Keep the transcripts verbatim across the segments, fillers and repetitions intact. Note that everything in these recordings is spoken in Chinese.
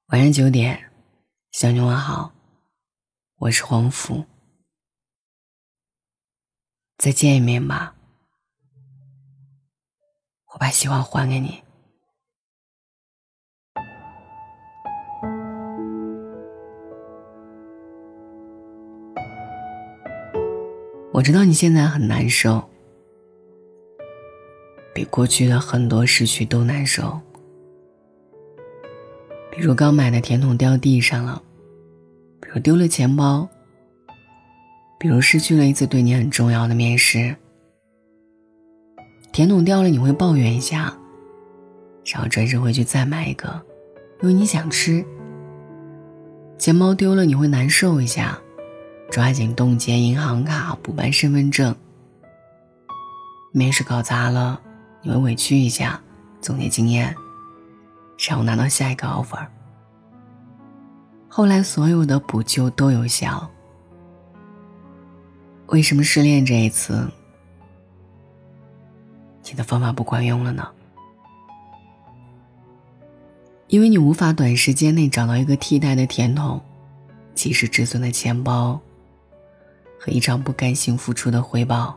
晚上九点，向你问好，我是黄甫。再见一面吧，我把希望还给你。我知道你现在很难受，比过去的很多失去都难受。比如刚买的甜筒掉地上了，比如丢了钱包，比如失去了一次对你很重要的面试。甜筒掉了你会抱怨一下，然后转身回去再买一个，因为你想吃。钱包丢了你会难受一下，抓紧冻结银行卡，补办身份证。面试搞砸了你会委屈一下，总结经验，然后拿到下一个 offer。 后来所有的补救都有效，为什么失恋这一次你的方法不管用了呢？因为你无法短时间内找到一个替代的甜筒，及时止损的钱包和一场不甘心付出的回报。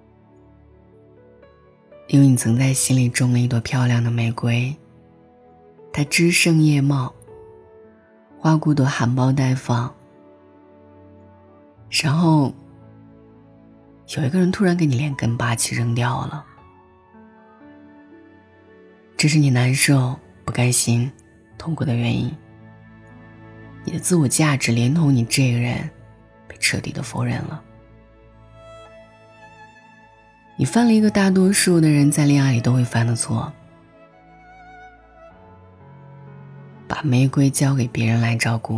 因为你曾在心里种了一朵漂亮的玫瑰，它枝盛叶茂，花骨朵含苞待放，然后有一个人突然给你连根拔起扔掉了。这是你难受不甘心痛苦的原因。你的自我价值连同你这个人被彻底的否认了。你犯了一个大多数的人在恋爱里都会犯的错，把玫瑰交给别人来照顾。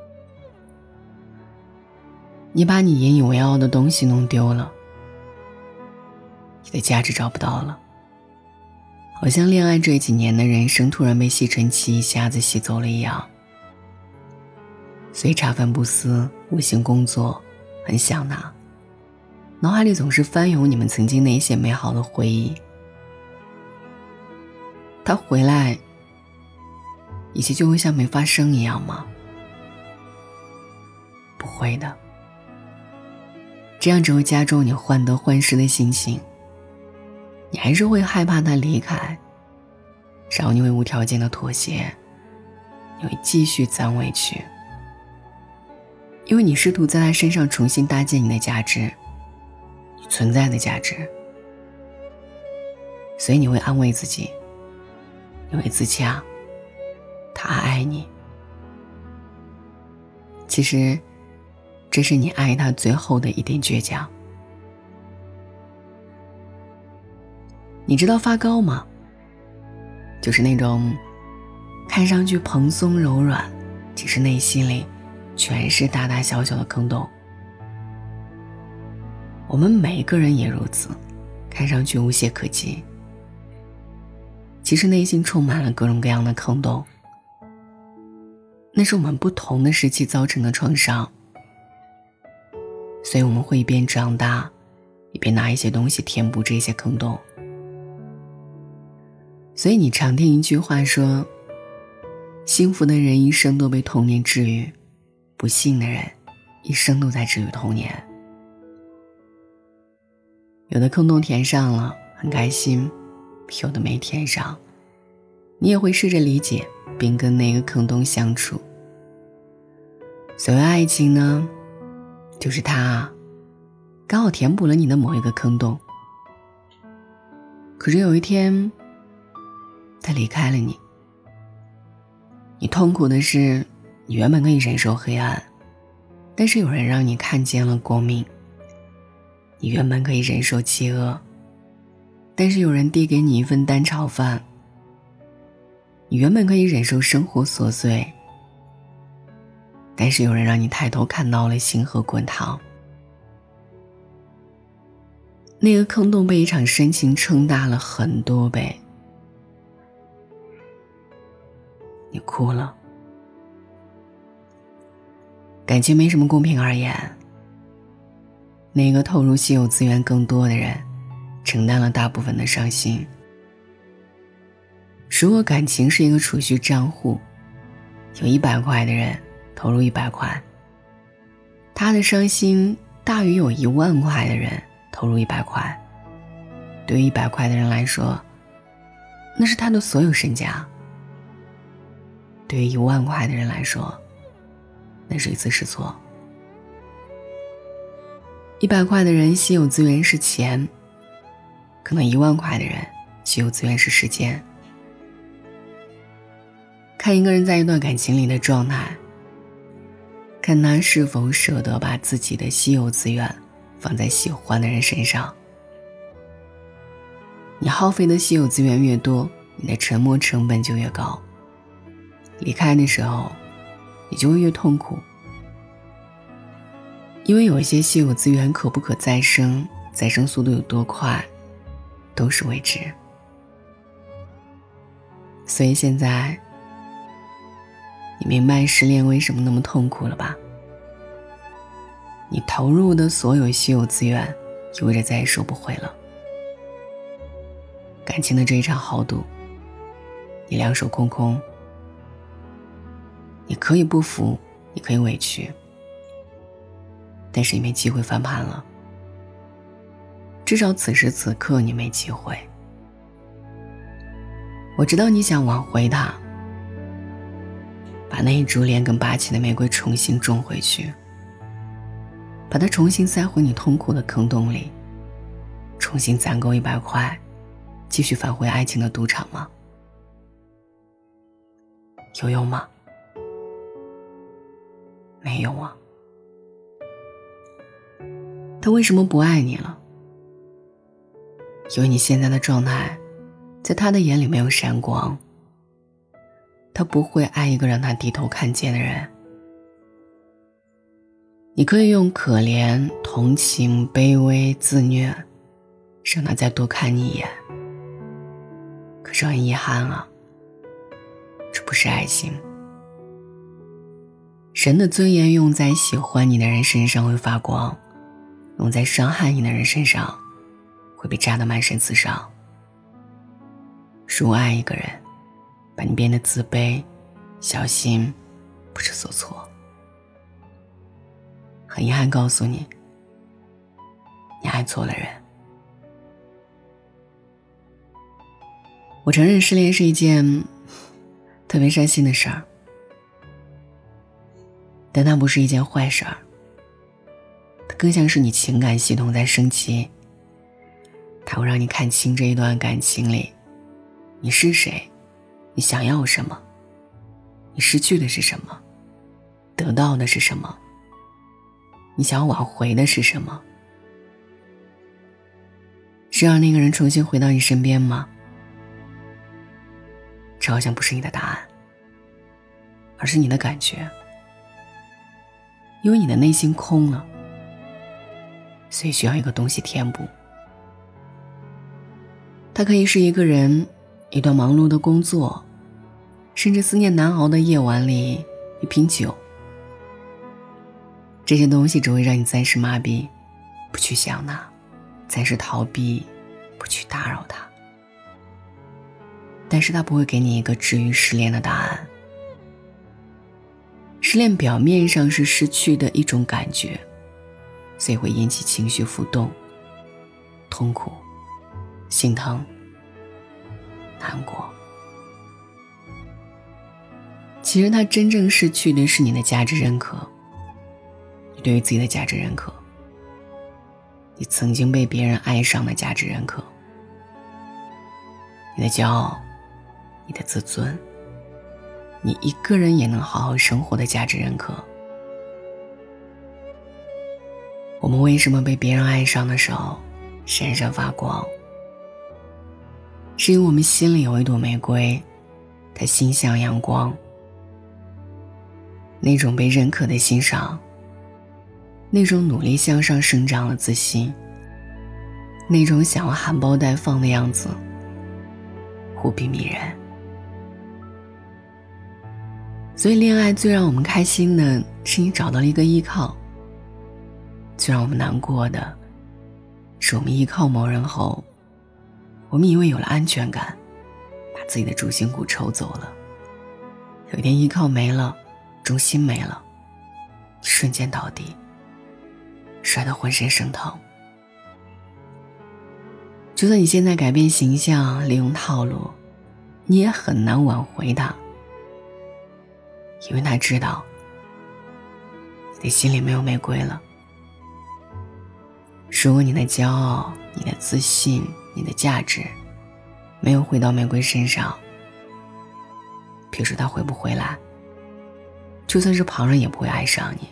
你把你引以为傲的东西弄丢了，你的价值找不到了，好像恋爱这几年的人生突然被吸尘器一下子吸走了一样。所以茶饭不思，无心工作，很想他，脑海里总是翻涌你们曾经那些美好的回忆。他回来，一切就会像没发生一样吗？不会的，这样只会加重你患得患失的心情。你还是会害怕他离开，然后你会无条件的妥协，你会继续攒委屈，因为你试图在他身上重新搭建你的价值，你存在的价值。所以你会安慰自己，你会自洽，他爱你。其实这是你爱他最后的一点倔强。你知道发糕吗？就是那种看上去蓬松柔软，其实内心里全是大大小小的坑洞。我们每个人也如此，看上去无懈可击，其实内心充满了各种各样的坑洞。那是我们不同的时期造成的创伤，所以我们会一边长大，一边拿一些东西填补这些坑洞。所以你常听一句话说，幸福的人一生都被童年治愈，不幸的人一生都在治愈童年。有的坑洞填上了很开心，有的没填上，你也会试着理解并跟那个坑洞相处。所谓爱情呢，就是它刚好填补了你的某一个坑洞。可是有一天他离开了你，你痛苦的是你原本可以忍受黑暗，但是有人让你看见了光明。你原本可以忍受饥饿，但是有人递给你一份蛋炒饭。你原本可以忍受生活琐碎，但是有人让你抬头看到了星河滚烫。那个坑洞被一场深情撑大了很多倍，你哭了。感情没什么公平而言，那个投入稀有资源更多的人承担了大部分的伤心。如果感情是一个储蓄账户， 有一百块的人投入一百块，他的伤心大于有一万块的人投入一百块。对于一百块的人来说，那是他的所有身家；对于一万块的人来说，那是一次试错。一百块的人稀有资源是钱，可能一万块的人稀有资源是时间。看一个人在一段感情里的状态，看他是否舍得把自己的稀有资源放在喜欢的人身上。你耗费的稀有资源越多，你的沉没成本就越高，离开的时候你就会越痛苦。因为有一些稀有资源可不可再生，再生速度有多快，都是未知。所以现在你明白失恋为什么那么痛苦了吧？你投入的所有稀有资源意味着再也收不回了。感情的这一场豪赌，你两手空空，你可以不服，你可以委屈，但是你没机会翻盘了。至少此时此刻你没机会。我知道你想挽回他，把那一株连根拔起的玫瑰重新种回去，把它重新塞回你痛苦的坑洞里，重新攒够一百块，继续返回爱情的赌场吗？有用吗？没用啊。他为什么不爱你了？因为你现在的状态在他的眼里没有闪光。他不会爱一个让他低头看见的人。你可以用可怜、同情、卑微、自虐让他再多看你一眼，可是很遗憾啊，这不是爱情。人的尊严用在喜欢你的人身上会发光，用在伤害你的人身上会被扎得满身刺伤。如爱一个人，把你变得自卑、小心、不知所措。很遗憾告诉你，你爱错了人。我承认失恋是一件特别伤心的事儿，但它不是一件坏事儿，它更像是你情感系统在升级。它会让你看清这一段感情里，你是谁，你想要什么，你失去的是什么，得到的是什么，你想要挽回的是什么？是让那个人重新回到你身边吗？这好像不是你的答案，而是你的感觉。因为你的内心空了，所以需要一个东西填补。它可以是一个人，一段忙碌的工作，甚至思念难熬的夜晚里一瓶酒。这些东西只会让你暂时麻痹，不去想它，暂时逃避，不去打扰它。但是它不会给你一个治愈失恋的答案。失恋表面上是失去的一种感觉，所以会引起情绪浮动、痛苦、心疼、难过。其实它真正失去的是你的价值认可，你对于自己的价值认可，你曾经被别人爱上的价值认可，你的骄傲，你的自尊，你一个人也能好好生活的价值认可。我们为什么被别人爱上的时候闪闪发光？是因为我们心里有一朵玫瑰，它心向阳光。那种被认可的欣赏，那种努力向上生长的自信，那种想要含苞待放的样子，无比迷人。所以恋爱最让我们开心的是你找到了一个依靠，最让我们难过的是我们依靠某人后，我们以为有了安全感，把自己的主心骨抽走了。 有一天依靠没了，重心没了，你瞬间倒地，摔得浑身生疼。就算你现在改变形象，利用套路，你也很难挽回他，因为他知道你的心里没有玫瑰了。如果你的骄傲、你的自信、你的价值没有回到玫瑰身上，别说他回不回来，就算是旁人也不会爱上你。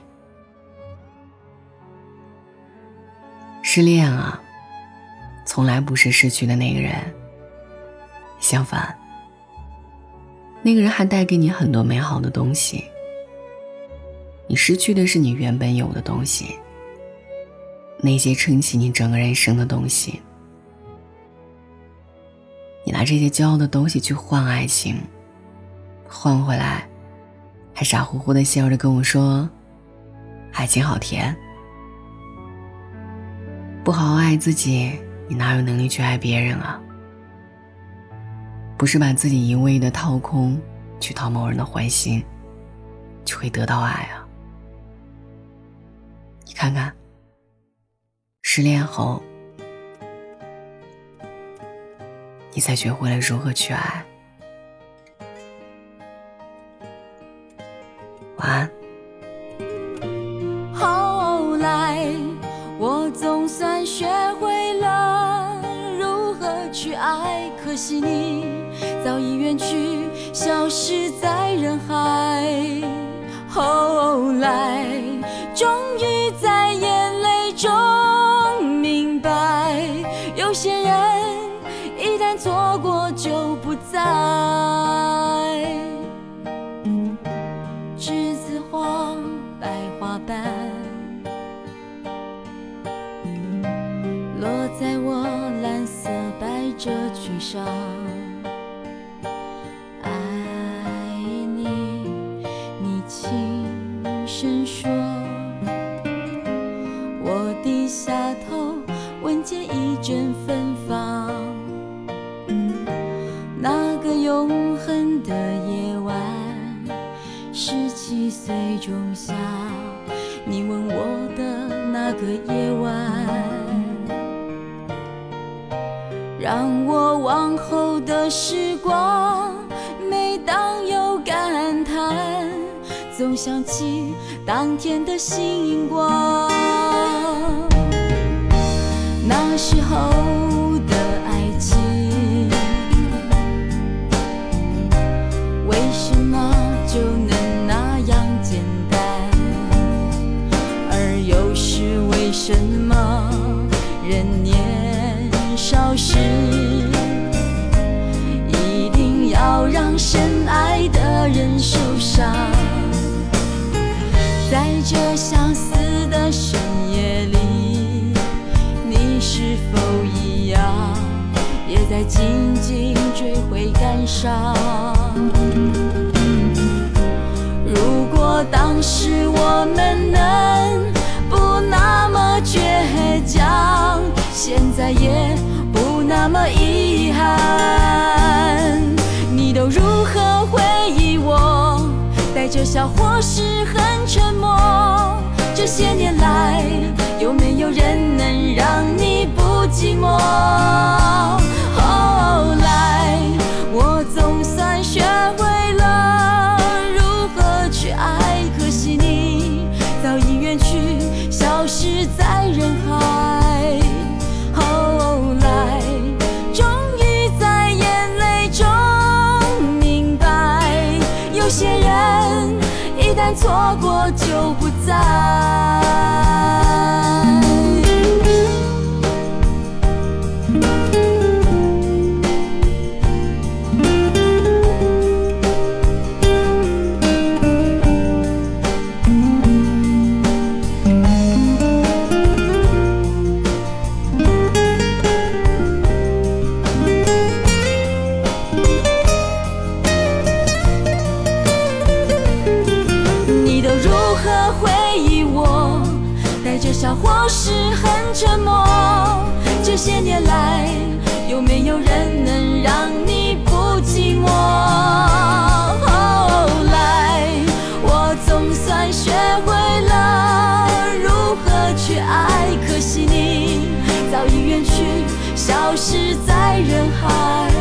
失恋啊，从来不是失去的那个人，相反，那个人还带给你很多美好的东西。你失去的是你原本有的东西，那些撑起你整个人生的东西。你拿这些骄傲的东西去换爱情，换回来还傻乎乎的笑着跟我说爱情好甜。不好好爱自己，你哪有能力去爱别人啊？不是把自己一味的掏空去讨某人的欢心就会得到爱啊。你看看，失恋后你才学会了如何去爱。晚安。 后来我总算学会了如何去爱，可惜你早已远去，消失在人海。后来终于在眼泪中明白，有些人一旦错过就不再。栀子花白花瓣落在我蓝色百褶裙上，爱你，你轻声说。我低下头，闻见一阵芬芳。那个永恒的夜晚，十七岁仲夏，你吻我的那个夜晚，让我往后的时光，每当有感叹，总想起当天的星光。那时候的爱情，为什么就能那样简单？而又是为什么人年少时，一定要让深爱的人受伤？在这相似的深夜里，你是否一样，也在静静追悔感伤？如果当时我们能不那么倔强，现在也不那么遗憾。你都如何回忆我？带着笑或是很沉默。这些年来，有没有人能让你不寂寞？后来，我总算学会了如何去爱，可惜你早已远去，消失在人海。后来，终于在眼泪中明白，有些人一旦错过就不再。带着笑或是很沉默，这些年来，有没有人能让你不寂寞？后来消失在人海。